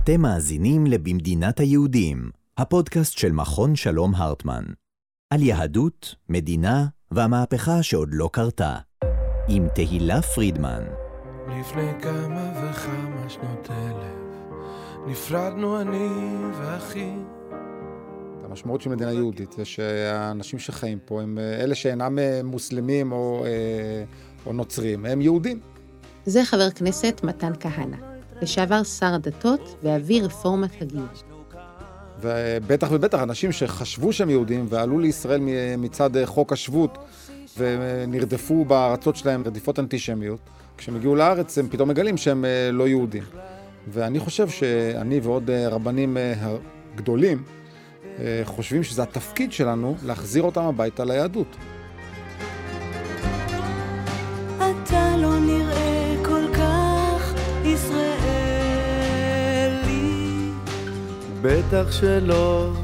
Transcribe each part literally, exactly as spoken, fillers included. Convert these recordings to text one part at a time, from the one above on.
אתם מאזינים לבמדינת היהודים, הפודקאסט של מכון שלום הרטמן. על יהדות, מדינה והמהפכה שעוד לא קרתה. עם תהילה פרידמן. לפני כמה וכמה שנות אלף, נפרדנו אני ואחי. המשמעות של מדינה יהודית זה שהאנשים שחיים פה הם אלה שאינם מוסלמים או, או נוצרים, הם יהודים. זה חבר כנסת מתן כהנא, לשעבר שר הדתות ואבי רפורמת הגיור. ובטח ובטח אנשים שחשבו שהם יהודים ועלו לישראל מצד חוק השבות ונרדפו בארצות שלהם רדיפות אנטישמיות, כשהם הגיעו לארץ הם פתאום מגלים שהם לא יהודים. ואני חושב שאני ועוד רבנים גדולים חושבים שזה התפקיד שלנו להחזיר אותם הביתה ליהדות. אתה לא נראה כל כך ישראלי, בטח שלא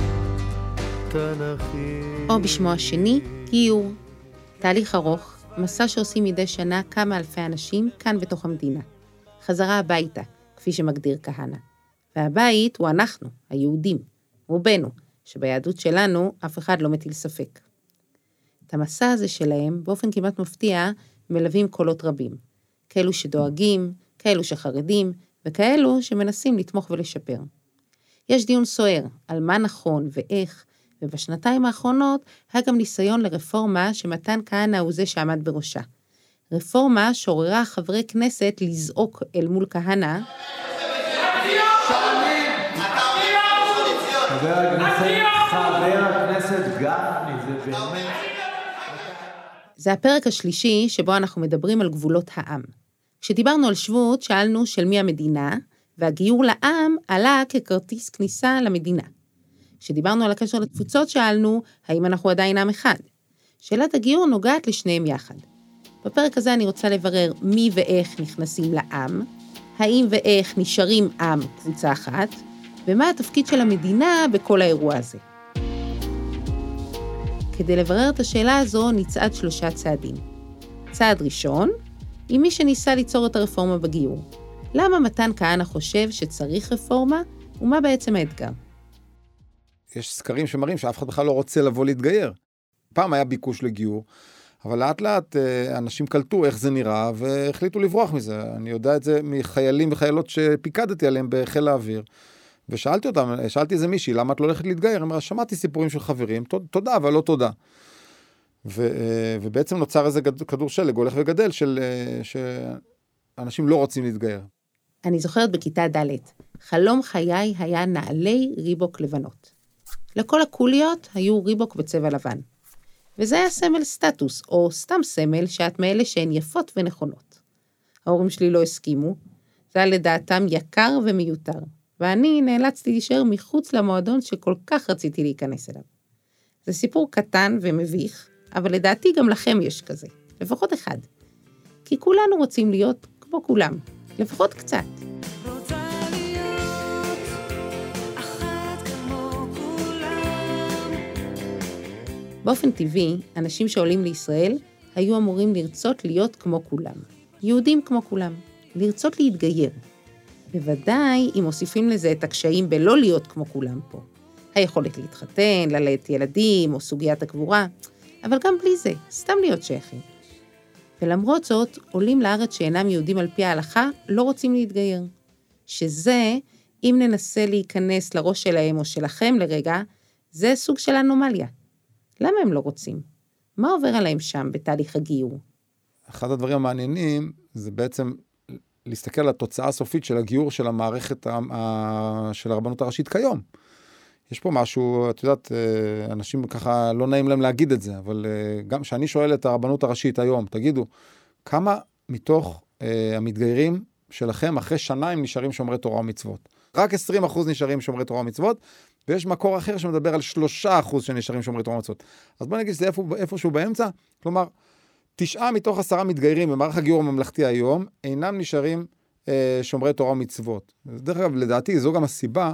תנכי. או בשמו השני, גיור. תהליך ארוך, מסע שעושים מדי שנה כמה אלפי אנשים כאן בתוך המדינה. חזרה הביתה, כפי שמגדיר כהנא. והבית הוא אנחנו, היהודים. רובנו, שביהדות שלנו אף אחד לא מטיל ספק. את המסע הזה שלהם, באופן כמעט מפתיע, מלווים קולות רבים. כאלו שדואגים, כאלו שחרדים, וכאלו שמנסים לתמוך ולשפר. יש דיון סוער על מה נכון ואיך, ובשנתיים האחרונות היה גם ניסיון לרפורמה שמתן כהנא הוא זה שעמד בראשה. רפורמה שעוררה חברי כנסת לזעוק אל מול כהנא, חבר הכנסת, חבר הכנסת גפני, זה באמת... זה הפרק השלישי שבו אנחנו מדברים על גבולות העם. כשדיברנו על שבות, שאלנו של מי המדינה, והגיור לעם עלה ככרטיס כניסה למדינה. כשדיברנו על הקשר לתפוצות, שאלנו האם אנחנו עדיין עם אחד. שאלת הגיור נוגעת לשניהם יחד. בפרק הזה אני רוצה לברר מי ואיך נכנסים לעם, האם ואיך נשארים עם קבוצה אחת, ומה התפקיד של המדינה בכל האירוע הזה. כדי לברר את השאלה הזו נצעד שלושה צעדים. צעד ראשון, עם מי שניסה ליצור את הרפורמה בגיור. למה מתן כהנא חושב שצריך רפורמה, ומה בעצם האתגר? יש סקרים שמראים שאף אחד בכלל לא רוצה לבוא להתגייר. פעם היה ביקוש לגיור, אבל לאט לאט אנשים קלטו איך זה נראה, והחליטו לברוח מזה. אני יודע את זה מחיילים וחיילות שפיקדתי עליהם בחיל האוויר. ושאלתי אותם, שאלתי איזה מישהי, למה את לא הולכת להתגייר? אמרה, שמעתי סיפורים של חברים, תודה, אבל לא תודה. ו, ובעצם נוצר איזה כדור שלג, הולך וגדל, של, שאנשים לא רוצים להתגייר. אני זוכרת בכיתה ד', חלום חיי היה נעלי ריבוק לבנות. לכל הקוליות היו ריבוק בצבע לבן. וזה היה סמל סטטוס, או סתם סמל שאת מאלה שהן יפות ונכונות. ההורים שלי לא הסכימו, זה היה לדעתם יקר ומיותר. ואני נאלצתי להישאר מחוץ למועדון שכל כך רציתי להיכנס אליו. זה סיפור קטן ומביך, אבל לדעתי גם לכם יש כזה, לפחות אחד. כי כולנו רוצים להיות כמו כולם, לפחות קצת. רוצה להיות אחת כמו כולם. באופן טבעי, אנשים שעולים לישראל היו אמורים לרצות להיות כמו כולם. יהודים כמו כולם, לרצות להתגייר. בוודאי אם מוסיפים לזה את הקשיים בלא להיות כמו כולם פה. היכולת להתחתן, ללדת ילדים או סוגיית הקבורה, אבל גם בלי זה, סתם להיות שייכים. ולמרות זאת, עולים לארץ שאינם יהודים על פי ההלכה לא רוצים להתגייר. שזה, אם ננסה להיכנס לראש שלהם או שלכם לרגע, זה סוג של אנומליה. למה הם לא רוצים? מה עובר עליהם שם בתהליך הגיור? אחד הדברים המעניינים זה בעצם להסתכל על התוצאה הסופית של הגיור של המערכת של הרבנות הראשית כיום. יש פה משהו, את יודעת, אנשים ככה לא נעים להם להגיד את זה, אבל גם שאני שואל את הרבנות הראשית היום, תגידו, כמה מתוך המתגיירים שלכם אחרי שנה הם נשארים שומרי תורה ומצוות? רק עשרים אחוז נשארים שומרי תורה ומצוות, ויש מקור אחר שמדבר על שלושה אחוז שנשארים שומרי תורה ומצוות. אז בוא נגיד שזה איפה, איפשהו באמצע, כלומר, תשעה מתוך עשרה מתגיירים במערך הגיור הממלכתי היום, אינם נשארים אה, שומרי תורה ומצוות. דרך אגב, לדעתי, זו גם הסיבה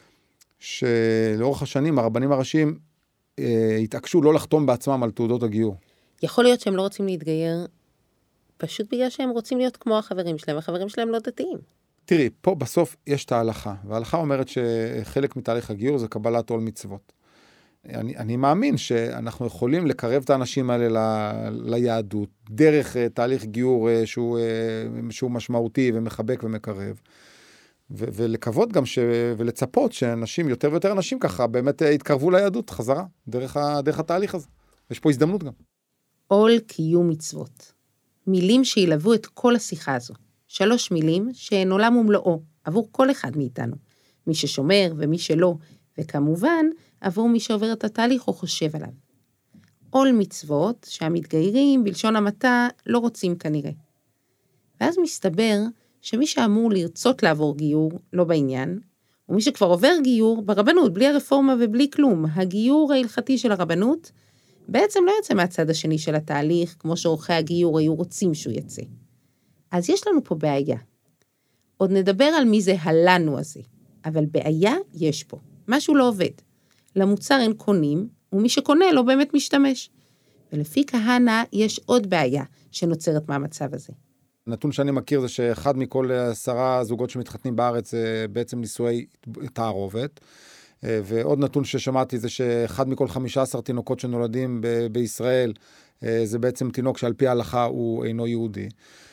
שלאורך השנים הרבנים הראשיים אה, התעקשו לא לחתום בעצמם על תעודות הגיור. יכול להיות שהם לא רוצים להתגייר, פשוט בגלל שהם רוצים להיות כמו החברים שלהם, החברים שלהם לא דתיים. תראי, פה בסוף יש את ההלכה, וההלכה אומרת שחלק מתהליך הגיור זה קבלת עול מצוות. אני, אני מאמין שאנחנו יכולים לקרב את האנשים האלה ל, ליהדות, דרך תהליך גיור שהוא, שהוא משמעותי ומחבק ומקרב, ו, ולקוות גם ש, ולצפות שאנשים, יותר ויותר אנשים ככה, באמת יתקרבו ליהדות חזרה, דרך, ה, דרך התהליך הזה. יש פה הזדמנות גם. עול קיום מצוות. מילים שילוו את כל השיחה הזו. שלוש מילים שהן עולם ומלואו, עבור כל אחד מאיתנו. מי ששומר ומי שלא, וכמובן, עבור מי שעובר את התהליך או חושב עליו. עול מצוות שהמתגיירים בלשון המעטה לא רוצים כנראה. ואז מסתבר שמי שאמור לרצות לעבור גיור לא בעניין, ומי שכבר עובר גיור ברבנות, בלי הרפורמה ובלי כלום, הגיור ההלכתי של הרבנות, בעצם לא יוצא מהצד השני של התהליך, כמו שעורכי הגיור היו רוצים שהוא יצא. אז יש לנו פה בעיה. עוד נדבר על מי זה הלנו הזה, אבל בעיה יש פה. משהו לא עובד. למוצר אין קונים, ומי שקונה לא באמת משתמש. ולפי כהנא יש עוד בעיה שנוצרת מהמצב הזה. נתון שאני מכיר זה שאחד מכל עשרה זוגות שמתחתנים בארץ זה בעצם נישואי תערובת, ועוד נתון ששמעתי זה שאחד מכל חמישה עשר תינוקות שנולדים ב- בישראל זה בעצם תינוק שעל פי ההלכה הוא אינו יהודי.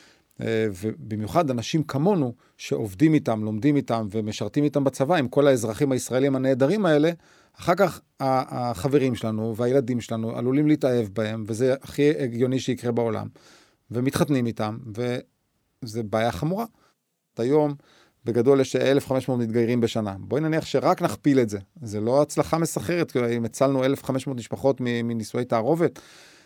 ובמיוחד אנשים כמונו שעובדים איתם, לומדים איתם ומשרתים איתם בצבא, עם כל האזרחים הישראלים הנהדרים האלה, אחר כך החברים שלנו והילדים שלנו עלולים להתאהב בהם, וזה הכי הגיוני שיקרה בעולם, ומתחתנים איתם, וזה בעיה חמורה. היום בגדול יש אלף וחמש מאות מתגיירים בשנה. בואי נניח שרק נכפיל את זה. זה לא הצלחה מסחררת, אם הצלנו אלף וחמש מאות משפחות מנישואי תערובת,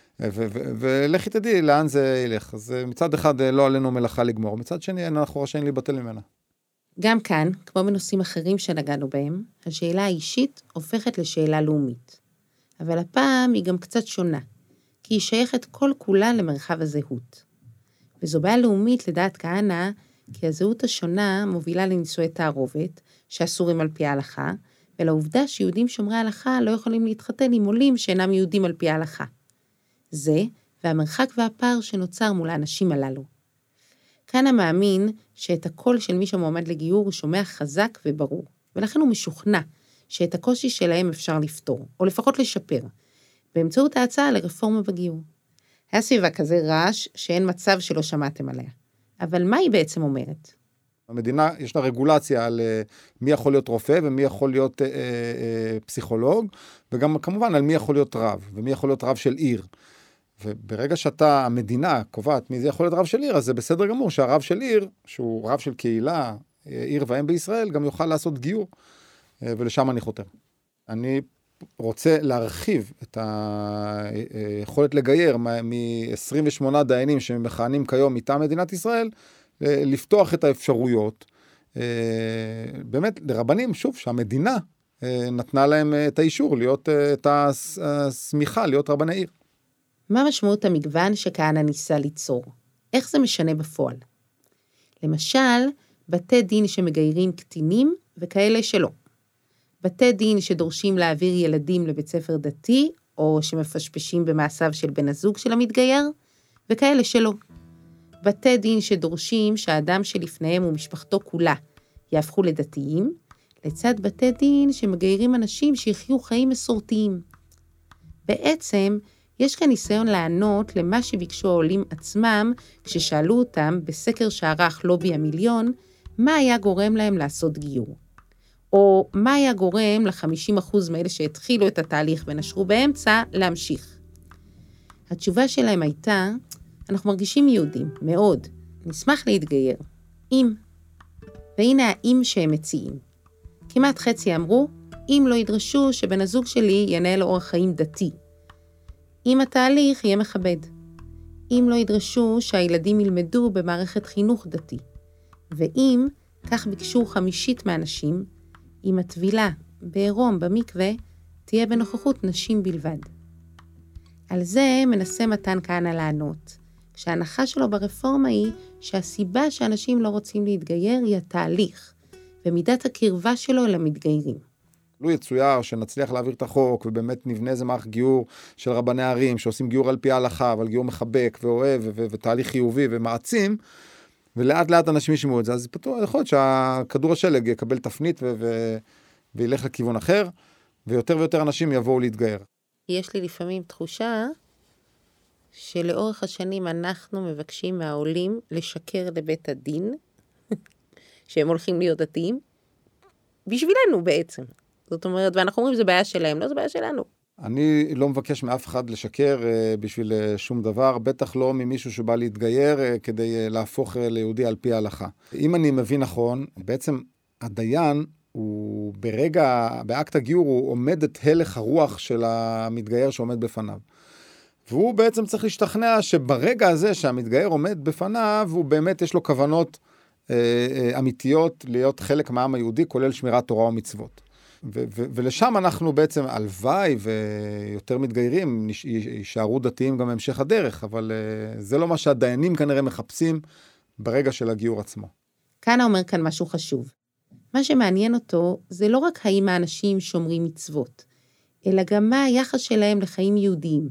ולכי תדעי לאן זה ילך. אז מצד אחד לא עלינו מלאכה לגמור, מצד שני אנחנו רשאים להיבטל ממנה. גם כאן, כמו בנושאים אחרים שנגענו בהם, השאלה האישית הופכת לשאלה לאומית. אבל הפעם היא גם קצת שונה, כי היא שייכת כל כולה למרחב הזהות. וזו בעיה לאומית לדעת כהנא, כי הזהות השונה מובילה לנישואי תערובת, שאסורים על פי ההלכה, ולעובדה שיהודים שומרי ההלכה לא יכולים להתחתן עם עולים שאינם יהודים על פי ההלכה. זה, והמרחק והפער שנוצר מול האנשים הללו. כהנא מאמין שאת הקול של מי שמועמד לגיור הוא שומע חזק וברור, ולכן הוא משוכנע שאת הקושי שלהם אפשר לפתור, או לפחות לשפר, באמצעות ההצעה לרפורמה בגיור. היה סביבה כזה רעש שאין מצב שלא שמעתם עליה. אבל מה היא בעצם אומרת? המדינה, יש לה רגולציה על מי יכול להיות רופא ומי יכול להיות אה, אה, פסיכולוג, וגם כמובן על מי יכול להיות רב, ומי יכול להיות רב של עיר. וברגע שאתה, המדינה קובעת מי זה יכול להיות רב של עיר, אז זה בסדר גמור שהרב של עיר, שהוא רב של קהילה, עיר ואם בישראל, גם יוכל לעשות גיור, ולשם אני חותר. אני רוצה להרחיב את היכולת לגייר מ-עשרים ושמונה דיינים שמכהנים כיום מטעם מדינת ישראל, לפתוח את האפשרויות, באמת לרבנים, שוב, שהמדינה נתנה להם את האישור, להיות את הסמיכה, להיות רבני עיר. מה משמעות המגוון שכהנא ניסה ליצור? איך זה משנה בפועל? למשל, בתי דין שמגיירים קטינים וכאלה שלא. בתי דין שדורשים להעביר ילדים לבית ספר דתי, או שמפשפשים במעשיו של בן הזוג של המתגייר, וכאלה שלא. בתי דין שדורשים שהאדם שלפניהם ומשפחתו כולה יהפכו לדתיים, לצד בתי דין שמגיירים אנשים שיחיו חיים מסורתיים. בעצם, יש כאן ניסיון לענות למה שביקשו העולים עצמם, כששאלו אותם בסקר שערך לובי המיליון, מה היה גורם להם לעשות גיור. או מה היה גורם ל-חמישים אחוז מאלה שהתחילו את התהליך ונשרו באמצע, להמשיך. התשובה שלהם הייתה, אנחנו מרגישים יהודים, מאוד, נשמח להתגייר. אם. והנה האם שהם מציעים. כמעט חצי אמרו, אם לא ידרשו שבן הזוג שלי ינהל אורח חיים דתי. אם התהליך יהיה מכבד. אם לא ידרשו שהילדים ילמדו במערכת חינוך דתי. ואם, כך ביקשו חמישית מהאנשים, אם הטבילה בעירום במקווה תהיה בנוכחות נשים בלבד. על זה מנסה מתן כהנא לענות, כשההנחה שלו ברפורמה היא שהסיבה שאנשים לא רוצים להתגייר היא התהליך, ומידת הקרבה שלו למתגיירים. לו יצויר שנצליח להעביר את החוק, ובאמת נבנה איזה מערך גיור של רבני ערים, שעושים גיור על פי ההלכה, אבל גיור מחבק ואוהב, ו- ותהליך חיובי ומעצים, ולאט לאט אנשים ישמעו את זה, אז פתאום יכול להיות שהכדור השלג יקבל תפנית ו- ו- וילך לכיוון אחר, ויותר ויותר אנשים יבואו להתגייר. יש לי לפעמים תחושה שלאורך השנים אנחנו מבקשים מהעולים לשקר לבית הדין, שהם הולכים להיות דתיים, בשבילנו בעצם. זאת אומרת, ואנחנו אומרים, זה בעיה שלהם, לא, זה בעיה שלנו. אני לא מבקש מאף אחד לשקר uh, בשביל uh, שום דבר, בטח לא ממישהו שבא להתגייר uh, כדי uh, להפוך uh, ליהודי על פי ההלכה. אם אני מבין נכון, בעצם הדיין הוא ברגע, באקט הגיור הוא עומד את הלך הרוח של המתגייר שעומד בפניו. והוא בעצם צריך להשתכנע שברגע הזה שהמתגייר עומד בפניו, הוא באמת יש לו כוונות uh, uh, אמיתיות להיות חלק מהעם היהודי, כולל שמירת תורה ומצוות. ו- ו- ולשם אנחנו בעצם, הלוואי ויותר מתגיירים, יישארו דתיים גם בהמשך הדרך, אבל uh, זה לא מה שהדיינים כנראה מחפשים ברגע של הגיור עצמו. כאן אומר כאן משהו חשוב. מה שמעניין אותו זה לא רק האם האנשים שומרים מצוות, אלא גם מה היחס שלהם לחיים יהודיים.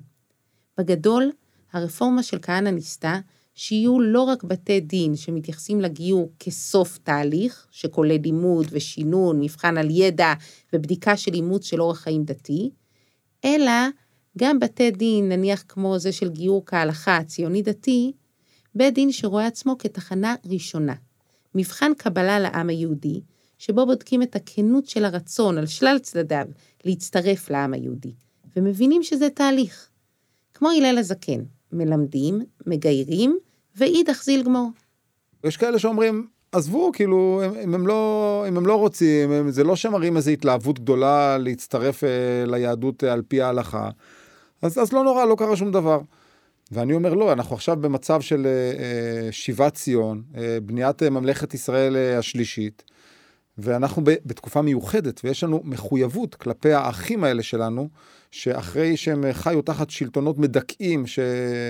בגדול, הרפורמה של כהנא ניסתה שיהיו לא רק בתי דין שמתייחסים לגיור כסוף תהליך, שכולל לימוד ושינון, מבחן על ידע ובדיקה של אימוץ של אורח חיים דתי, אלא גם בתי דין, נניח כמו זה של גיור כהלכה, ציוני דתי, בית דין שרואה עצמו כתחנה ראשונה. מבחן קבלה לעם היהודי, שבו בודקים את הכנות של הרצון על שלל צדדיו להצטרף לעם היהודי, ומבינים שזה תהליך. כמו הלל הזקן, מלמדים, מגיירים, ואידך זיל גמור. יש כאלה שאומרים, עזבו, כאילו, אם הם לא, אם הם לא רוצים, הם, זה לא שמראים איזו התלהבות גדולה להצטרף אה, ליהדות אה, על פי ההלכה, אז, אז לא נורא, לא קרה שום דבר. ואני אומר, לא, אנחנו עכשיו במצב של אה, שיבת ציון, אה, בניית אה, ממלכת ישראל אה, השלישית, ואנחנו ב, בתקופה מיוחדת, ויש לנו מחויבות כלפי האחים האלה שלנו, שאחרי שהם חיו תחת שלטונות מדכאים, ש,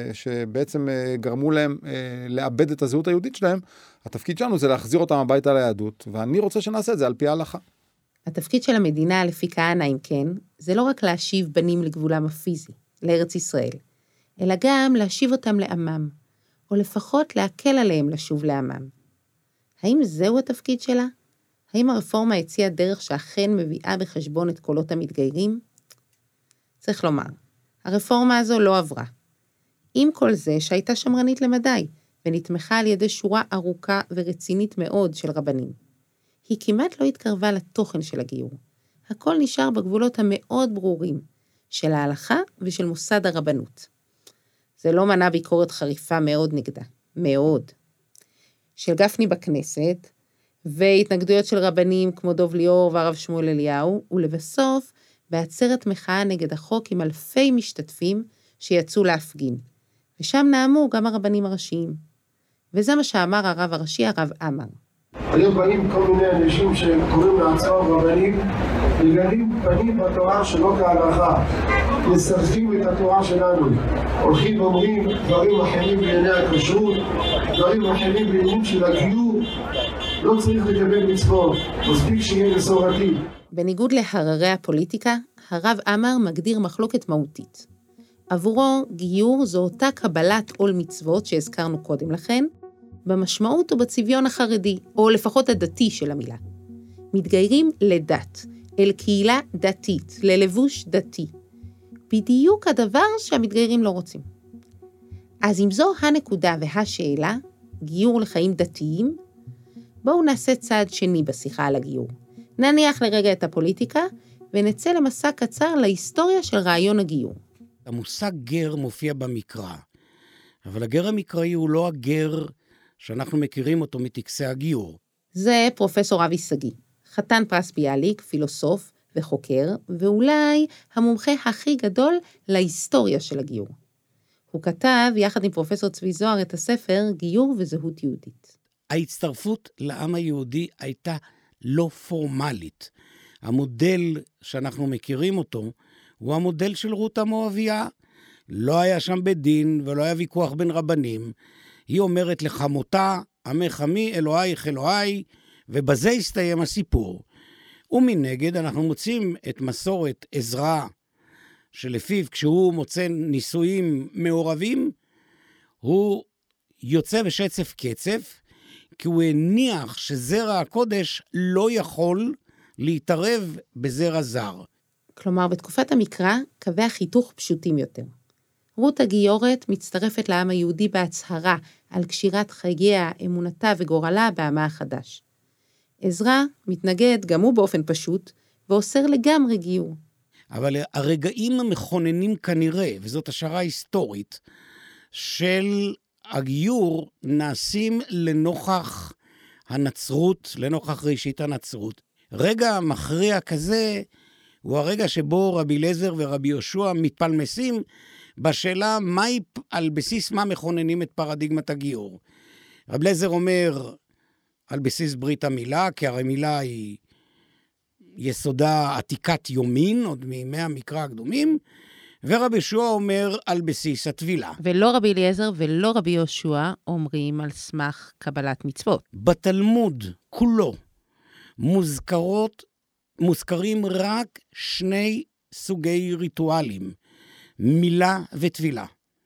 שבעצם גרמו להם לאבד את הזהות היהודית שלהם, התפקיד שלנו זה להחזיר אותם הביתה ליהדות, ואני רוצה שנעשה את זה על פי ההלכה. התפקיד של המדינה לפי כהנא, אם כן, זה לא רק להשיב בנים לגבולם הפיזי, לארץ ישראל, אלא גם להשיב אותם לעמם, או לפחות להקל עליהם לשוב לעמם. האם זהו התפקיד שלה? האם הרפורמה הציעה דרך שאכן מביאה בחשבון את קולות המתגיירים? צריך לומר, הרפורמה הזו לא עברה. עם כל זה שהייתה שמרנית למדי, ונתמכה על ידי שורה ארוכה ורצינית מאוד של רבנים. היא כמעט לא התקרבה לתוכן של הגיור. הכל נשאר בגבולות המאוד ברורים, של ההלכה ושל מוסד הרבנות. זה לא מנע ביקורת חריפה מאוד נגדה, מאוד. של גפני בכנסת, והתנגדויות של רבנים כמו דוב ליאור והרב שמואל אליהו, ולבסוף, בעצרת מחאה נגד החוק עם אלפי משתתפים שיצאו להפגין. ושם נעמו גם הרבנים הראשיים. וזה מה שאמר הרב הראשי, הרב עמר. היו באים כל מיני אנשים שקוראים לעצמם רבנים, מגלים פנים בתורה שלא כהלכה, מסרסים את התורה שלנו, הולכים ואומרים דברים אחרים בעיני הכשרות, דברים אחרים בעינים של הגיור, לא צריך לקבל מצוות, מספיק שיהיה מסורתי. בניגוד להררי הפוליטיקה, הרב עמר מגדיר מחלוקת מהותית. עבורו, גיור זו אותה קבלת עול מצוות שהזכרנו קודם לכן, במשמעות ובצביון החרדי, או לפחות הדתי של המילה. מתגיירים לדת, אל קהילה דתית, ללבוש דתי. בדיוק הדבר שהמתגיירים לא רוצים. אז אם זו הנקודה והשאלה, גיור לחיים דתיים, בואו נעשה צעד שני בשיחה על הגיור. נניח לרגע את הפוליטיקה, ונצא למסע קצר להיסטוריה של רעיון הגיור. המושג גר מופיע במקרא, אבל הגר המקראי הוא לא הגר שאנחנו מכירים אותו מטקסי הגיור. זה פרופסור אבי שגיא, חתן פרס ביאליק, פילוסוף וחוקר, ואולי המומחה הכי גדול להיסטוריה של הגיור. הוא כתב יחד עם פרופסור צבי זוהר את הספר גיור וזהות יהודית. ההצטרפות לעם היהודי הייתה לא פורמלית. המודל שאנחנו מכירים אותו הוא המודל של רות המואביה. לא היה שם בית דין ולא היה ויכוח בין רבנים. היא אומרת לחמותה, עמך עמי, אלוהיך אלוהי, ובזה הסתיים הסיפור. ומנגד אנחנו מוצאים את מסורת עזרא, שלפיו כשהוא מוצא נישואים מעורבים, הוא יוצא בשצף קצף, כי הוא הניח שזרע הקודש לא יכול להתערב בזרע זר. כלומר, בתקופת המקרא, קווי החיתוך פשוטים יותר. רות הגיורת מצטרפת לעם היהודי בהצהרה על קשירת חייה, אמונתה וגורלה בעמה החדש. עזרא מתנגד גם הוא באופן פשוט, ואוסר לגמרי גיור. אבל הרגעים המכוננים כנראה, וזאת השערה היסטורית, של הגיור נעשים לנוכח הנצרות, לנוכח ראשית הנצרות. רגע מכריע כזה הוא הרגע שבו רבי אליעזר ורבי יהושע מתפלמסים בשאלה מהי, על בסיס מה מכוננים את פרדיגמת הגיור. רבי אליעזר אומר על בסיס ברית המילה, כי הרי מילה היא יסודה עתיקת יומין, עוד מימי המקרא הקדומים, ורבי יהושע אומר על בסיס הטבילה. ולא רבי אליעזר ולא רבי יהושע אומרים על סמך קבלת מצוות. בתלמוד כולו מוזכרות, מוזכרים רק שני סוגי ריטואלים, מילה וטבילה.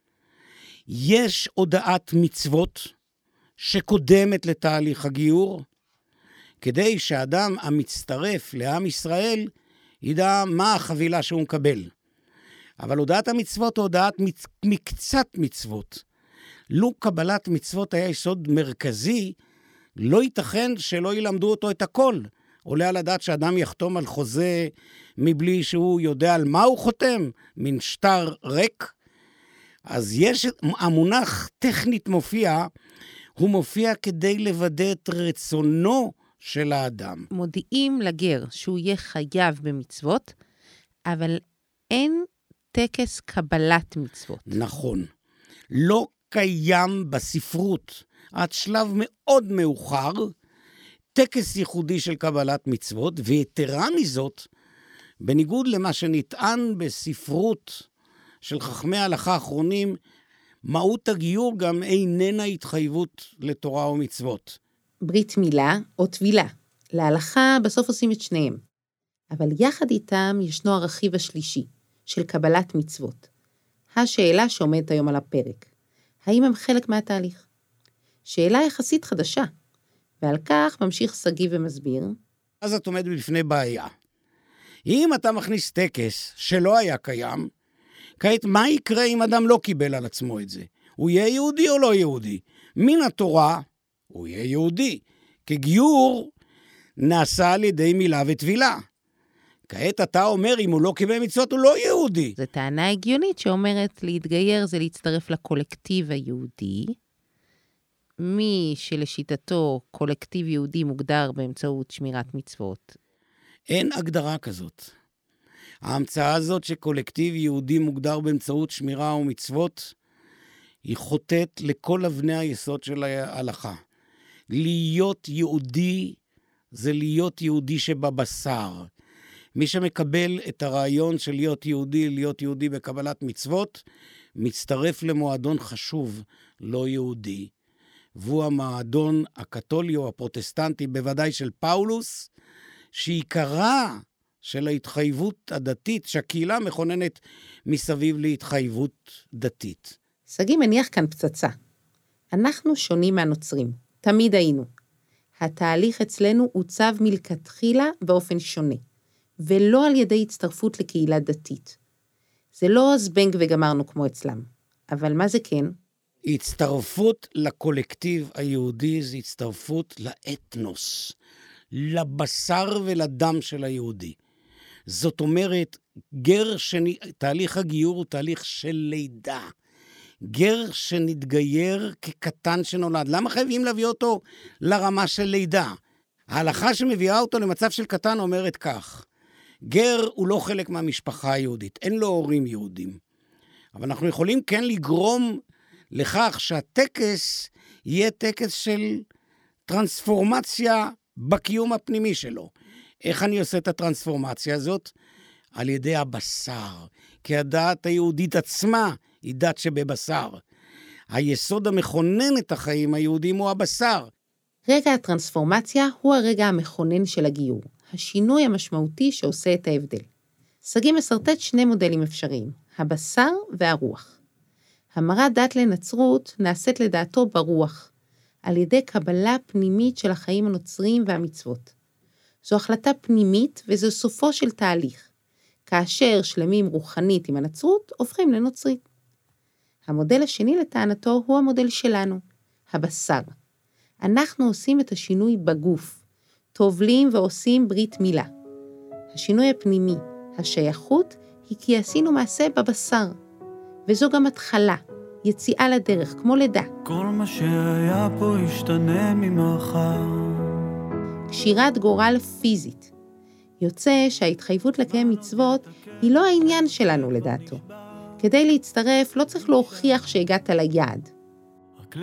יש הודעת מצוות שקודמת לתהליך הגיור, כדי שהאדם המצטרף לעם ישראל ידע מה החבילה שהוא מקבל. אבל הודעת המצוות הוא הודעת מצ... מקצת מצוות. לו קבלת מצוות היה יסוד מרכזי, לא ייתכן שלא ילמדו אותו את הכל. עולה על הדעת שאדם יחתום על חוזה מבלי שהוא יודע על מה הוא חותם, מן שטר ריק. אז יש, המונח טכנית מופיע, הוא מופיע כדי לוודא את רצונו של האדם. מודיעים לגר שהוא יהיה חייב במצוות, אבל אין טקס קבלת מצוות. נכון. לא קיים בספרות, עד שלב מאוד מאוחר, טקס ייחודי של קבלת מצוות, ויתרה מזאת, בניגוד למה שנטען בספרות של חכמי ההלכה האחרונים, מהות הגיור גם איננה התחייבות לתורה ומצוות. ברית מילה או טבילה. להלכה בסוף עושים את שניהם. אבל יחד איתם ישנו הרכיב השלישי, של קבלת מצוות. השאלה שעומדת היום על הפרק. האם הם חלק מהתהליך? שאלה יחסית חדשה, ועל כך ממשיך סגי ומסביר. אז את עומדת בפני בעיה. אם אתה מכניס טקס שלא היה קיים, כעת מה יקרה אם אדם לא קיבל על עצמו את זה? הוא יהיה יהודי או לא יהודי? מן התורה הוא יהיה יהודי, כי גיור נעשה על ידי מילה וטבילה. כעת אתה אומר, אם הוא לא קיבל מצוות, הוא לא יהודי. זו טענה הגיונית שאומרת להתגייר זה להצטרף לקולקטיב היהודי, מי שלשיטתו קולקטיב יהודי מוגדר באמצעות שמירת מצוות. אין הגדרה כזאת. ההמצאה הזאת שקולקטיב יהודי מוגדר באמצעות שמירה ומצוות, היא חוטאת לכל אבני היסוד של ההלכה. להיות יהודי זה להיות יהודי שבבשר. מי שמקבל את הרעיון של להיות יהודי, להיות יהודי בקבלת מצוות, מצטרף למועדון חשוב, לא יהודי. והוא המועדון הקתולי או הפרוטסטנטי, בוודאי של פאולוס, שעיקרה של ההתחייבות הדתית, שהקהילה מכוננת מסביב להתחייבות דתית. סגי מניח כאן פצצה. אנחנו שונים מהנוצרים, תמיד היינו. התהליך אצלנו עוצב מלכתחילה באופן שונה, ולא על ידי הצטרפות לקהילה דתית. זה לא זבנג וגמרנו כמו אצלם, אבל מה זה כן? הצטרפות לקולקטיב היהודי זה הצטרפות לאתנוס, לבשר ולדם של היהודי. זאת אומרת, גר שני, תהליך הגיור הוא תהליך של לידה. גר שנתגייר כקטן שנולד. למה חייבים להביא אותו לרמה של לידה? ההלכה שמביאה אותו למצב של קטן אומרת כך, גר הוא לא חלק מהמשפחה היהודית, אין לו הורים יהודים. אבל אנחנו יכולים כן לגרום לכך שהטקס יהיה טקס של טרנספורמציה בקיום הפנימי שלו. איך אני עושה את הטרנספורמציה הזאת? על ידי הבשר. כי הדת היהודית עצמה היא דת שבבשר. היסוד המכונן את החיים היהודים הוא הבשר. רגע הטרנספורמציה הוא הרגע המכונן של הגיור, השינוי המשמעותי שעושה את ההבדל. סגי מסרטט שני מודלים אפשריים, הבשר והרוח. המרת דת לנצרות נעשית לדעתו ברוח, על ידי קבלה פנימית של החיים הנוצריים והמצוות. זו החלטה פנימית וזו סופו של תהליך, כאשר שלמים רוחנית עם הנצרות הופכים לנוצרים. המודל השני לטענתו הוא המודל שלנו, הבשר. אנחנו עושים את השינוי בגוף, טובלים ועושים ברית מילה. השינוי הפנימי, השייכות, היא כי עשינו מעשה בבשר, וזו גם התחלה, יציאה לדרך, כמו לידה. כל מה שהיה פה ישתנה ממחר. קשירת גורל פיזית. יוצא שההתחייבות לקיים מצוות היא לא העניין שלנו לדעתו. כדי להצטרף לא צריך להוכיח שהגעת ליעד. רק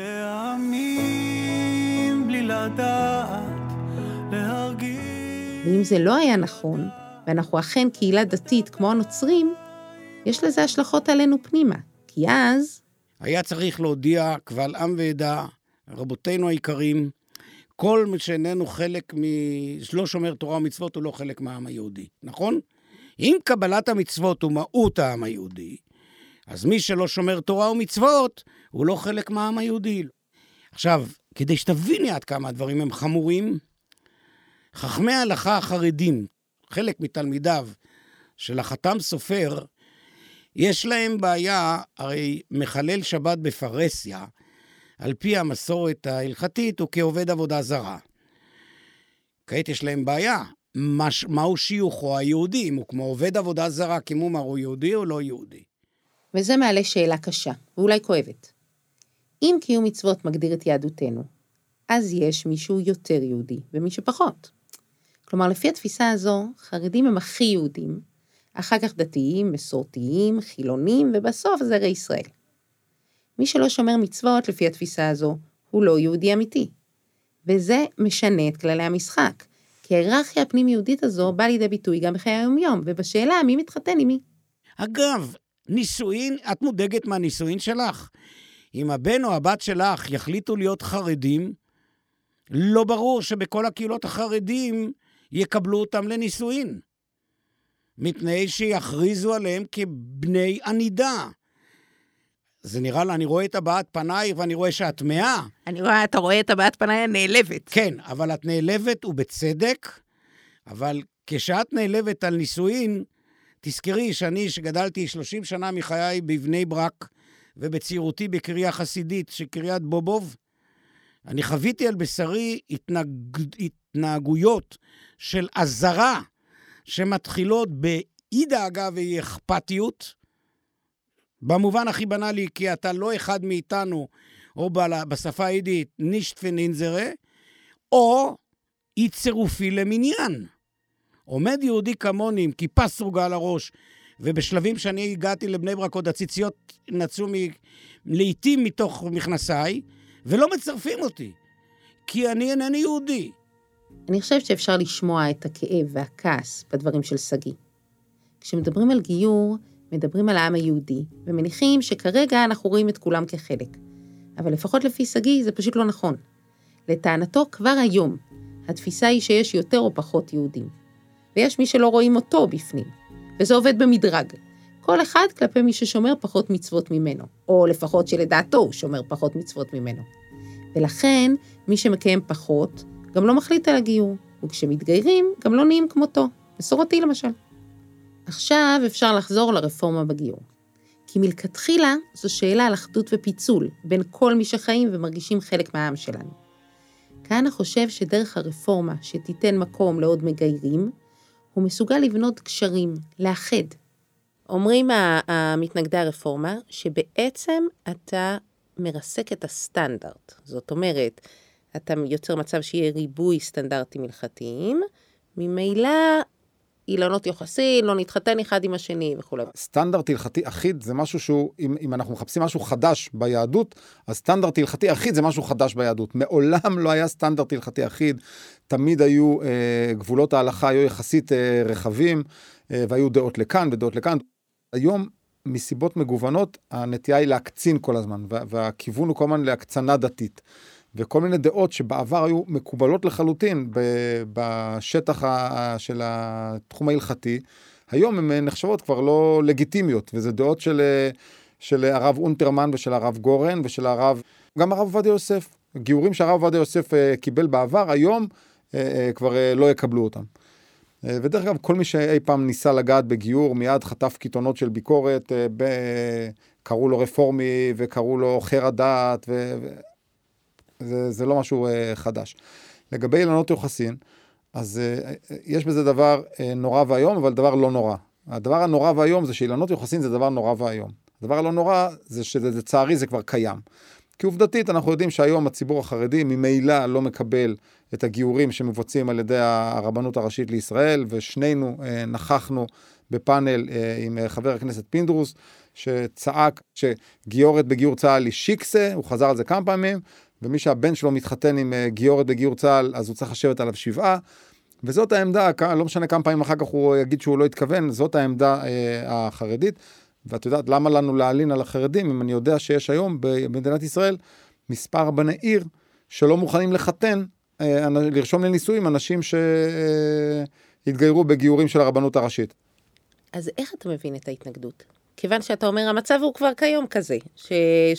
להאמין בלי לדעת, להרגיש. ואם זה לא היה נכון, ואנחנו אכן קהילה דתית כמו הנוצרים, יש לזה השלכות עלינו פנימה. כי אז היה צריך להודיע קבל עם ועדה, רבותינו היקרים, כל מי שאיננו חלק משלא שומר תורה ומצוות הוא לא חלק מהעם היהודי, נכון? אם קבלת המצוות הוא מהות העם היהודי, אז מי שלא שומר תורה ומצוות הוא לא חלק מהעם היהודי. עכשיו, כדי שתביני עד כמה הדברים הם חמורים, חכמי ההלכה החרדים, חלק מתלמידיו של החתם סופר, יש להם בעיה, הרי מחלל שבת בפרסיה, על פי המסורת ההלכתית, הוא כעובד עבודה זרה. כעת יש להם בעיה, מש, מהו שיוכו היהודי, אם הוא כמו עובד עבודה זרה, כמו מה הוא יהודי או לא יהודי. וזה מעלה שאלה קשה, ואולי כואבת. אם קיום מצוות מגדיר את יהדותנו, אז יש מישהו יותר יהודי ומי שפחות. כלומר, לפי התפיסה הזו, חרדים הם הכי יהודים, אחר כך דתיים, מסורתיים, חילונים, ובסוף זרע ישראל. מי שלא שומר מצוות לפי התפיסה הזו, הוא לא יהודי אמיתי. וזה משנה את כללי המשחק, כי ההיררכיה הפנים-יהודית הזו באה לידי ביטוי גם בחיי היום-יום, ובשאלה מי מתחתן עם מי. אגב, נישואין, את מודאגת מהנישואין שלך? אם הבן או הבת שלך יחליטו להיות חרדים, לא ברור שבכל הקהילות החרדים יקבלו אותם לנישואין. מפני שיכריזו עליהם כבני ענידה. זה נראה לה, אני רואה את הבעת פנייך ואני רואה שאת מאה. אני רואה, אתה רואה את הבעת פניי הנעלבת. כן, אבל את נעלבת ובצדק, אבל כשאת נעלבת על נישואין, תזכרי שאני שגדלתי שלושים שנה מחיי בבני ברק, ובצעירותי בקריה חסידית שקריית בובוב, אני חוויתי על בשרי התנהג... התנהגויות של עזרה, שמתחילות באי דאגה ואי אכפתיות, במובן הכי בנאלי, כי אתה לא אחד מאיתנו, או בשפה היהודית, נישט פנינזרה, או אי צירופי למניין. עומד יהודי כמוני עם כיפה סרוגה על הראש, ובשלבים שאני הגעתי לבני ברק עוד הציציות נצאו מ... לעתים מתוך מכנסיי, ולא מצרפים אותי, כי אני אינני יהודי. אני חושבת שאפשר לשמוע את הכאב והכעס בדברים של סגי. כשמדברים על גיור, מדברים על העם היהודי, ומניחים שכרגע אנחנו רואים את כולם כחלק. אבל לפחות לפי סגי זה פשוט לא נכון. לטענתו כבר היום, התפיסה היא שיש יותר או פחות יהודים. ויש מי שלא רואים אותו בפנים. וזה עובד במדרג. כל אחד כלפי מי ששומר פחות מצוות ממנו, או לפחות שלדעתו הוא שומר פחות מצוות ממנו. ולכן, מי שמקיים פחות, גם לא מחליט על הגיור, וכשמתגיירים, גם לא נהיים כמותו, מסורתי למשל. עכשיו אפשר לחזור לרפורמה בגיור. כי מלכתחילה זו שאלה על אחדות ופיצול, בין כל מי שחיים ומרגישים חלק מהעם שלנו. כהנא חושב שדרך הרפורמה שתיתן מקום לעוד מגיירים, הוא מסוגל לבנות קשרים, לאחד. אומרים המתנגדי הרפורמה, שבעצם אתה מרסק את הסטנדרט. זאת אומרת, אתה יוצר מצב שיהיה ריבוי סטנדרטים הלכתיים, ממילא אילנות יוחסין, לא נתחתן אחד עם השני וכו'. סטנדרט הלכתי אחיד זה משהו שהוא, אם, אם אנחנו מחפשים משהו חדש ביהדות, אז סטנדרט הלכתי אחיד זה משהו חדש ביהדות. מעולם לא היה סטנדרט הלכתי אחיד, תמיד היו, אה, גבולות ההלכה היו יחסית אה, רחבים, אה, והיו דעות לכאן ודעות לכאן. היום, מסיבות מגוונות, הנטייה היא להקצין כל הזמן, וה, והכיוון הוא כל הזמן להקצנה דתית. וכל מיני דעות שבעבר היו מקובלות לחלוטין בשטח של התחום ההלכתי, היום הן נחשבות כבר לא לגיטימיות, וזה דעות של, של הרב אונטרמן ושל הרב גורן ושל הרב, גם הרב עובדיה יוסף. גיורים שהרב עובדיה יוסף קיבל בעבר, היום כבר לא יקבלו אותם. ודרך אגב, כל מי שאי פעם ניסה לגעת בגיור, מיד חטף קיתונות של ביקורת, ב... קראו לו רפורמי, וקראו לו חר הדעת, וזה זה לא משהו חדש. לגבי אילנות יוחסין, אז יש בזה דבר נורא והיום, אבל דבר לא נורא. הדבר הנורא והיום זה שאילנות יוחסין זה דבר נורא והיום. הדבר הלא נורא זה שלצערי זה כבר קיים. כי עובדתית אנחנו יודעים שהיום הציבור החרדי ממילא לא מקבל את הגיורים שמבוצעים על ידי הרבנות הראשית לישראל, ושנינו נכחנו בפאנל עם חבר הכנסת פינדרוס, שצעק שגיורת בגיור צה"ל היא שיקסה, הוא חזר על זה כמה פעמים, ומי שהבן שלו מתחתן עם גיורת בגיור צה"ל, אז הוא צריך לשבת עליו שבעה, וזאת העמדה, לא משנה כמה פעמים אחר כך הוא יגיד שהוא לא התכוון, זאת העמדה החרדית, ואת יודעת למה לנו להעלין על החרדים, אם אני יודע שיש היום במדינת ישראל מספר רבני עיר שלא מוכנים לחתן, לרשום לנישואים אנשים שהתגיירו בגיורים של הרבנות הראשית. אז איך אתה מבין את ההתנגדות? כיוון שאתה אומר, המצב הוא כבר כיום כזה, ש...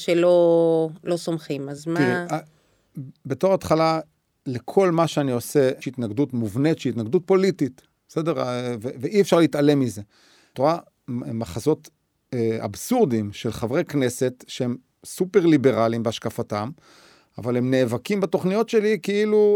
שלא לא סומכים, אז מה... תראי, בתור התחלה, לכל מה שאני עושה, יש התנגדות מובנית, שהיא התנגדות פוליטית, בסדר? ו... ואי אפשר להתעלם מזה. תראה, מחזות אבסורדים של חברי כנסת, שהם סופר ליברליים בהשקפתם, אבל הם נאבקים בתוכניות שלי כאילו,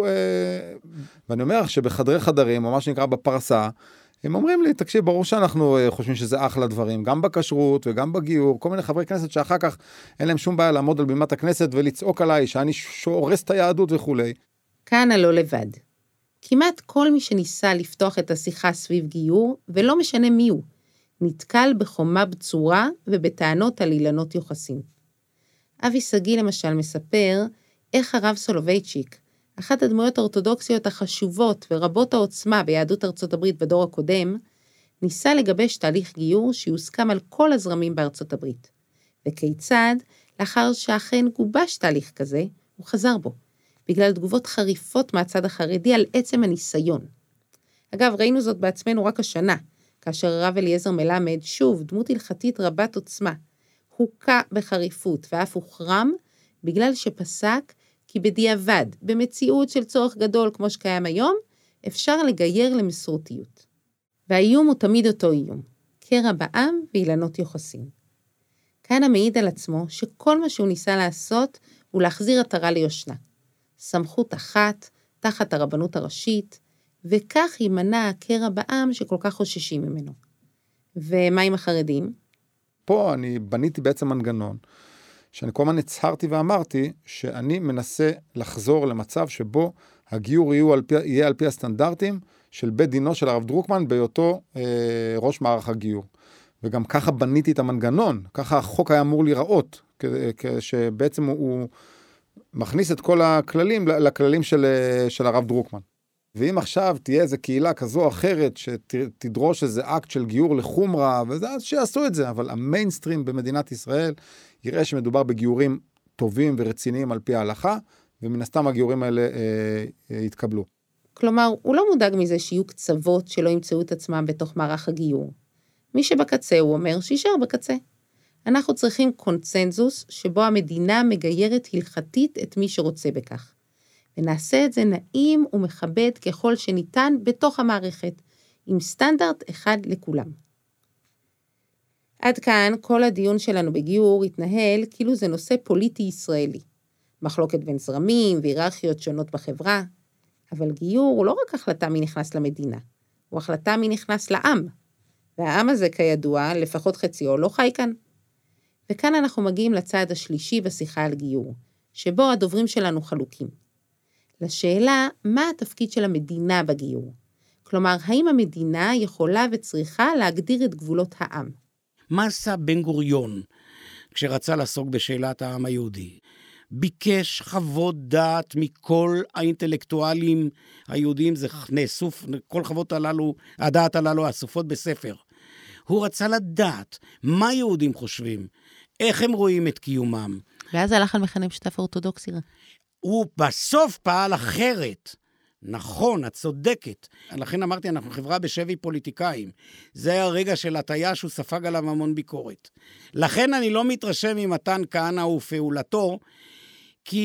ואני אומר שבחדרי חדרים, או מה שנקרא בפרסה, הם אומרים לי, תקשיב, ברור שאנחנו חושבים שזה אחלה דברים, גם בכשרות וגם בגיור, כל מיני חברי כנסת שאחר כך אין להם שום בעיה לעמוד על בימת הכנסת ולצעוק עליי, שאני שורס את היהדות וכו'. כאן הלא לבד. כמעט כל מי שניסה לפתוח את השיחה סביב גיור, ולא משנה מי הוא, נתקל בחומה בצורה ובטענות על אילנות יוחסין. אבי סגי למשל מספר איך הרב סולובייצ'יק, אחת הדמויות האורתודוקסיות החשובות ורבות העוצמה ביהדות ארצות הברית בדור הקודם, ניסה לגבש תהליך גיור שיוסכם על כל הזרמים בארצות הברית. וכיצד, לאחר שאכן גובש תהליך כזה, הוא חזר בו, בגלל תגובות חריפות מהצד החרדי על עצם הניסיון. אגב, ראינו זאת בעצמנו רק השנה, כאשר הרב אליעזר מלמד, שוב, דמות הלכתית רבת עוצמה, הוקע בחריפות ואף הוחרם, בגלל שפסק כי בדיעבד, במציאות של צורך גדול כמו שקיים היום, אפשר לגייר למסורתיות. והאיום הוא תמיד אותו איום, קרע בעם ואילנות יוחסין. כאן המעיד על עצמו שכל מה שהוא ניסה לעשות הוא להחזיר עטרה ליושנה. סמכות אחת, תחת הרבנות הראשית, וכך יימנע הקרע בעם שכל כך חוששים ממנו. ומה עם החרדים? פה אני בניתי בעצם מנגנון, שאני כל הזמן הצהרתי ואמרתי שאני מנסה לחזור למצב שבו הגיור יהיה על פי, יהיה על פי הסטנדרטים של בית דינו של הרב דרוקמן בהיותו אה, ראש מערך הגיור. וגם ככה בניתי את המנגנון, ככה החוק היה אמור להיראות, שבעצם הוא, הוא מכניס את כל הכללים לכללים של, של הרב דרוקמן. ואם עכשיו תהיה איזו קהילה כזו או אחרת שתדרוש איזה אקט של גיור לחומרה, וזה, אז שיעשו את זה, אבל המיינסטרים במדינת ישראל יראה שמדובר בגיורים טובים ורציניים על פי ההלכה, ומן הסתם הגיורים האלה אה, אה, יתקבלו. כלומר, הוא לא מודאג מזה שיהיו קצוות שלא ימצאו את עצמם בתוך מערך הגיור. מי שבקצה, הוא אומר, שישאר בקצה. אנחנו צריכים קונצנזוס שבו המדינה מגיירת הלכתית את מי שרוצה בכך. ונעשה את זה נעים ומכבד ככל שניתן בתוך המערכת, עם סטנדרט אחד לכולם. עד כאן כל הדיון שלנו בגיור התנהל כאילו זה נושא פוליטי ישראלי. מחלוקת בין זרמים והיררכיות שונות בחברה, אבל גיור הוא לא רק החלטה מי נכנס למדינה, הוא החלטה מי נכנס לעם. והעם הזה כידוע, לפחות חציו, לא חי כאן. וכאן אנחנו מגיעים לצעד השלישי בשיחה על גיור, שבו הדוברים שלנו חלוקים. לשאלה, מה התפקיד של המדינה בגיור? כלומר, האם המדינה יכולה וצריכה להגדיר את גבולות העם? מה עשה בן גוריון כשרצה לעסוק בשאלת העם היהודי? ביקש חוות דעת מכל האינטלקטואלים היהודים, זה נאסוף, כל חוות הללו, הדעת הללו אסופות בספר. הוא רצה לדעת מה יהודים חושבים, איך הם רואים את קיומם. ואז הלך על מכנה משותף אורתודוקסי. הוא בסוף פעל אחרת. נכון, את צודקת. לכן אמרתי, אנחנו חברה בשבי פוליטיקאים. זה היה הרגע של הטיה שהוא ספג עליו המון ביקורת. לכן אני לא מתרשם ממתן כהנא ופעולתו, כי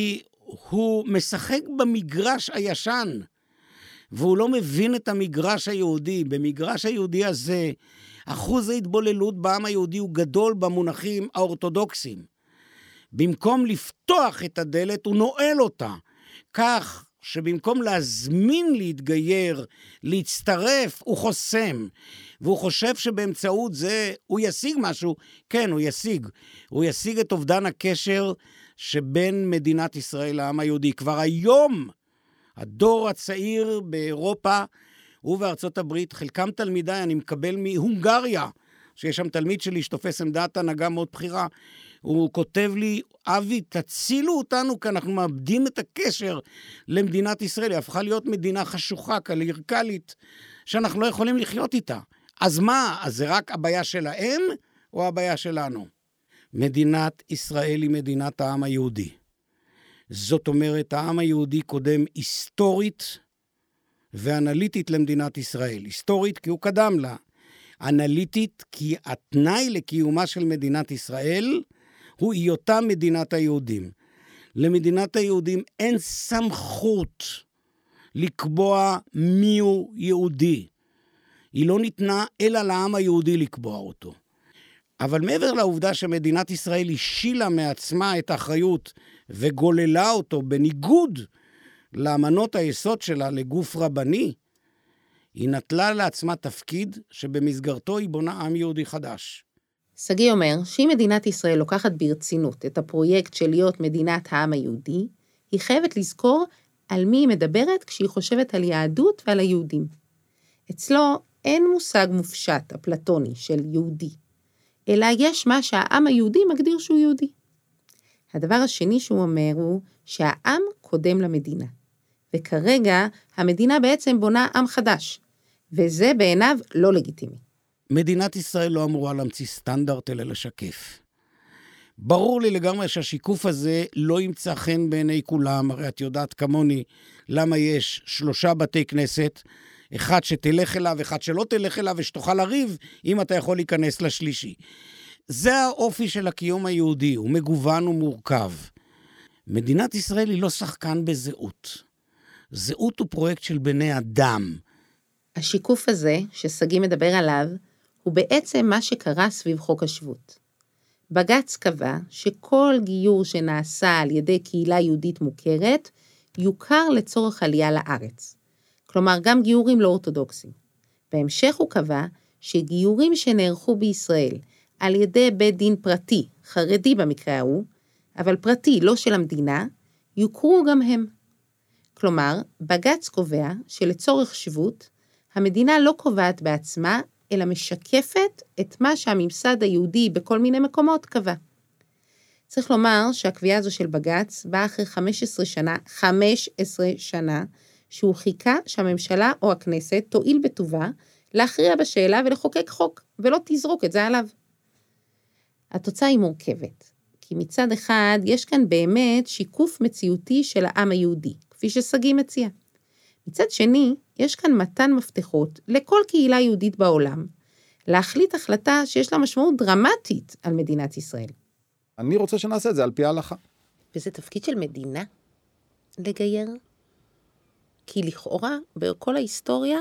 הוא משחק במגרש הישן, והוא לא מבין את המגרש היהודי. במגרש היהודי הזה, אחוז ההתבוללות בעם היהודי הוא גדול במונחים האורתודוקסיים. במקום לפתוח את הדלת, הוא נועל אותה. כך שבמקום להזמין להתגייר, להצטרף, הוא חוסם. והוא חושב שבאמצעות זה הוא ישיג משהו. כן, הוא ישיג. הוא ישיג את אובדן הקשר שבין מדינת ישראל לעם היהודי. כבר היום, הדור הצעיר באירופה ובארצות הברית, חלקם תלמידי, אני מקבל מהונגריה, שיש שם תלמיד שלי שתופס עמדת הנהגה מאוד בחירה, הוא כותב לי, אבי, תצילו אותנו, כי אנחנו מאבדים את הקשר למדינת ישראל. היא הפכה להיות מדינה חשוכה, קלרקלית, שאנחנו לא יכולים לחיות איתה. אז מה? אז זה רק הבעיה שלהם או הבעיה שלנו? מדינת ישראל היא מדינת העם היהודי. זאת אומרת, העם היהודי קודם היסטורית ואנליטית למדינת ישראל. היסטורית כי הוא קדם לה. אנליטית כי התנאי לקיומה של מדינת ישראל הוא היותה מדינת היהודים. למדינת היהודים אין סמכות לקבוע מיהו יהודי. היא לא ניתנה אלא לעם היהודי לקבוע אותו. אבל מעבר לעובדה שמדינת ישראל השילה מעצמה את האחריות וגוללה אותו בניגוד לאמנות היסוד שלה לגוף רבני, היא נטלה לעצמה תפקיד שבמסגרתו היא בונה עם יהודי חדש. סגי אומר שאם מדינת ישראל לוקחת ברצינות את הפרויקט של להיות מדינת העם היהודי, היא חייבת לזכור על מי היא מדברת כשהיא חושבת על יהדות ועל היהודים. אצלו אין מושג מופשט, אפלטוני, של יהודי, אלא יש מה שהעם היהודי מגדיר שהוא יהודי. הדבר השני שהוא אומר הוא שהעם קודם למדינה, וכרגע המדינה בעצם בונה עם חדש, וזה בעיניו לא לגיטימי. מדינת ישראל לא אמורה להמציא סטנדרט אלא לשקף. ברור לי לגמרי שהשיקוף הזה לא ימצא חן בעיני כולם, הרי את יודעת כמוני למה יש שלושה בתי כנסת, אחד שתלך אליו, אחד שלא תלך אליו, ושתוכל לריב אם אתה יכול להיכנס לשלישי. זה האופי של הקיום היהודי, הוא מגוון ומורכב. מדינת ישראל היא לא שחקן בזהות. זהות הוא פרויקט של בני אדם. השיקוף הזה שסגי מדבר עליו, הוא בעצם מה שקרה סביב חוק השבות. בג"ץ קבע שכל גיור שנעשה על ידי קהילה יהודית מוכרת, יוכר לצורך עלייה לארץ. כלומר, גם גיורים לא אורתודוקסיים. בהמשך הוא קבע שגיורים שנערכו בישראל על ידי בית דין פרטי, חרדי במקרה ההוא, אבל פרטי, לא של המדינה, יוכרו גם הם. כלומר, בג"ץ קובע שלצורך שבות, המדינה לא קובעת בעצמה, אלא משקפת את מה שהממסד היהודי בכל מיני מקומות קבע. צריך לומר שהקביעה הזו של בג"ץ באה אחרי חמש עשרה שנה, חמש עשרה שנה, שהוא חיכה שהממשלה או הכנסת תועיל בטובה להכריע בשאלה ולחוקק חוק, ולא תזרוק את זה עליו. התוצאה היא מורכבת, כי מצד אחד יש כאן באמת שיקוף מציאותי של העם היהודי, כפי שסגי מציע. מצד שני, יש כאן מתן מפתחות לכל קהילה יהודית בעולם, להחליט החלטה שיש לה משמעות דרמטית על מדינת ישראל. אני רוצה שנעשה את זה על פי ההלכה. וזה תפקיד של מדינה לגייר? כי לכאורה, בכל ההיסטוריה,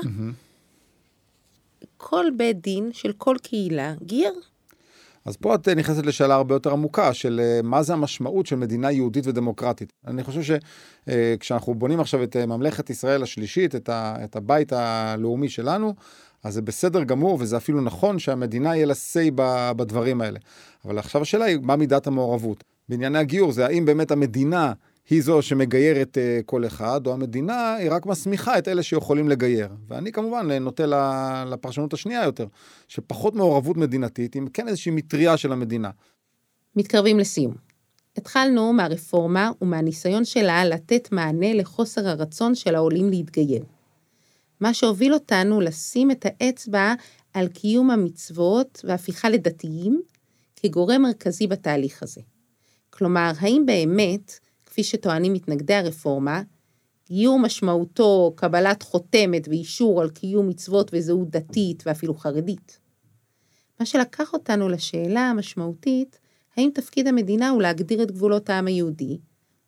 mm-hmm. כל בית דין של כל קהילה גייר. אז פה את נכנסת לשאלה הרבה יותר עמוקה, של מה זה המשמעות של מדינה יהודית ודמוקרטית. אני חושב שכשאנחנו בונים עכשיו את ממלכת ישראל השלישית, את הבית הלאומי שלנו, אז זה בסדר גמור, וזה אפילו נכון שהמדינה יהיה לה say בדברים האלה. אבל עכשיו השאלה היא, מה מידת המעורבות? בענייני הגיור זה האם באמת המדינה היא זו שמגיירת כל אחד, או המדינה היא רק מסמיכה את אלה שיכולים לגייר. ואני כמובן נוטה לפרשנות השנייה יותר, שפחות מעורבות מדינתית, עם כן איזושהי מטריה של המדינה. מתקרבים לסיום. התחלנו מהרפורמה ומהניסיון שלה לתת מענה לחוסר הרצון של העולים להתגייר. מה שהוביל אותנו לשים את האצבע על קיום המצוות והפיכה לדתיים כגורם מרכזי בתהליך הזה. כלומר, האם באמת, כפי שטוענים מתנגדי הרפורמה, גיור משמעותו קבלת חותמת ואישור על קיום מצוות וזהות דתית ואפילו חרדית? מה שלקח אותנו לשאלה המשמעותית, האם תפקיד המדינה הוא להגדיר את גבולות העם היהודי,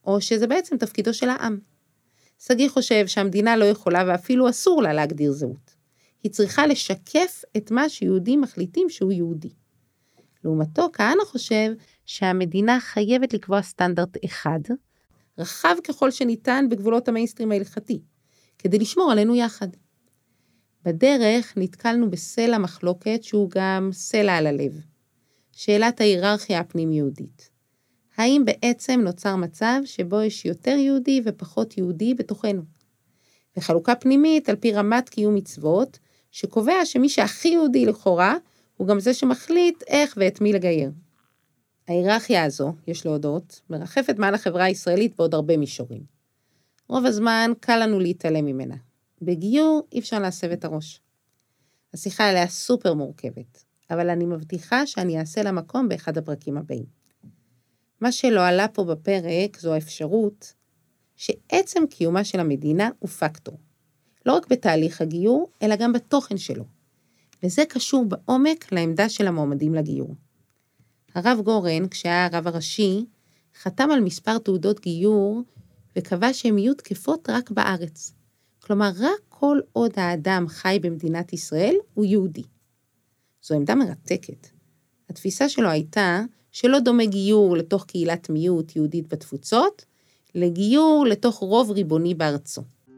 או שזה בעצם תפקידו של העם. סגי חושב שהמדינה לא יכולה ואפילו אסור לה להגדיר זהות. היא צריכה לשקף את מה שיהודים מחליטים שהוא יהודי. לעומתו, כהנא חושב שהמדינה חייבת לקבוע סטנדרט אחד, רחב ככל שניתן בגבולות המיינסטרים ההלכתי, כדי לשמור עלינו יחד. בדרך נתקלנו בסלע מחלוקת שהוא גם סלע על הלב. שאלת ההיררכיה הפנים-יהודית. האם בעצם נוצר מצב שבו יש יותר יהודי ופחות יהודי בתוכנו? וחלוקה פנימית על פי רמת קיום מצוות, שקובע שמי שהכי יהודי לכאורה, הוא גם זה שמחליט איך ואת מי לגייר. ההיררכיה הזו, יש להודות, מרחפת מעל החברה הישראלית בעוד הרבה מישורים. רוב הזמן קל לנו להתעלם ממנה. בגיור אי אפשר להסב את הראש. השיחה עליה סופר מורכבת, אבל אני מבטיחה שאני אעשה לה מקום באחד הפרקים הבאים. מה שלא עלה פה בפרק זו האפשרות שעצם קיומה של המדינה הוא פקטור. לא רק בתהליך הגיור, אלא גם בתוכן שלו. וזה קשור בעומק לעמדה של המועמדים לגיור. הרב גורן, כשהיה הרב הראשי, חתם על מספר תעודות גיור, וקבע שהן יהיו תקפות רק בארץ. כלומר, רק כל עוד האדם חי במדינת ישראל, הוא יהודי. זו עמדה מרתקת. התפיסה שלו הייתה שלא דומה גיור לתוך קהילת מיעוט יהודית בתפוצות, לגיור לתוך רוב ריבוני בארצו.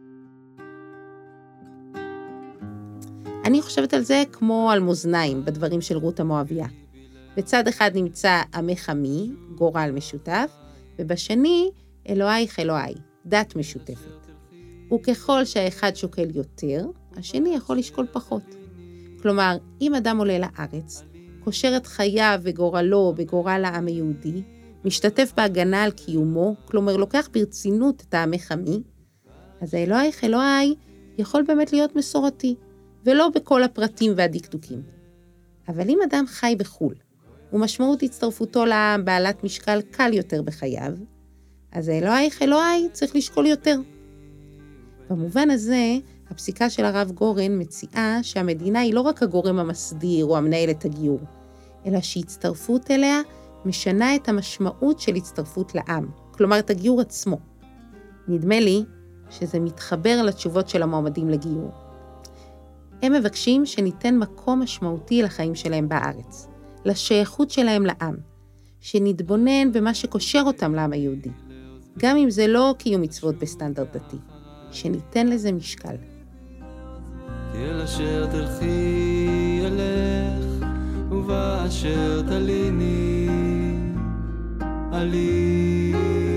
אני חושבת על זה כמו על מאזניים בדברים של רות המואביה. בצד אחד נמצא עמך עמי, גורל משותף, ובשני אלוהיך אלוהי, דת משותפת. וככל שהאחד שוקל יותר, השני יכול לשקול פחות. כלומר, אם אדם עולה לארץ, קושר את חייו וגורלו בגורל העם היהודי, משתתף בהגנה על קיומו, כלומר לוקח ברצינות את העמך עמי, אז האלוהיך אלוהי יכול באמת להיות מסורתי, ולא בכל הפרטים והדקדוקים. אבל אם אדם חי בחול, ומשמעות הצטרפותו לעם בעלת משקל קל יותר בחייו, אז האלוהיך אלוהי צריך לשקול יותר. במובן הזה, הפסיקה של הרב גורן מציעה שהמדינה היא לא רק הגורם המסדיר או המנהל את הגיור, אלא שהצטרפות אליה משנה את המשמעות של הצטרפות לעם, כלומר את הגיור עצמו. נדמה לי שזה מתחבר לתשובות של המועמדים לגיור. הם מבקשים שניתן מקום משמעותי לחיים שלהם בארץ, לשייכות שלהם לעם, שנתבונן במה שקושר אותם לעם היהודי, גם אם זה לא קיום מצוות בסטנדרט דתי, שניתן לזה משקל. כי אל אשר תלכי אלך, ובאשר תליני עלי.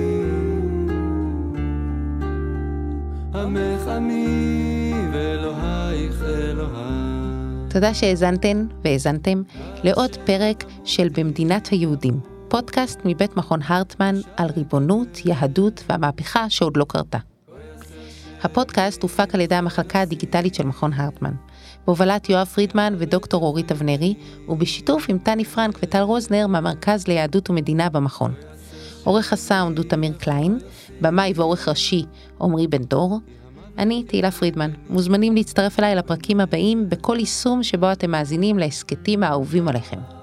עמך עמי ואלוהיך אלוהי. תודה שהאזנתן והאזנתם לעוד פרק של במדינת היהודים, פודקאסט מבית מכון הרטמן על ריבונות, יהדות והמהפכה שעוד לא קרתה. הפודקאסט הופק על ידי המחלקה הדיגיטלית של מכון הרטמן, בהובלת יואב פרידמן ודוקטור אורית אבנרי, ובשיתוף עם טני פרנק וטל רוזנר מהמרכז ליהדות ומדינה במכון. עורך הסאונד הוא תמיר קליין, במאי ועורך ראשי עומרי בן דור. אני תהילה פרידמן, מוזמנים להצטרף אליי לפרקים הבאים בכל יישום שבו אתם מאזינים להסקטים האהובים עליכם.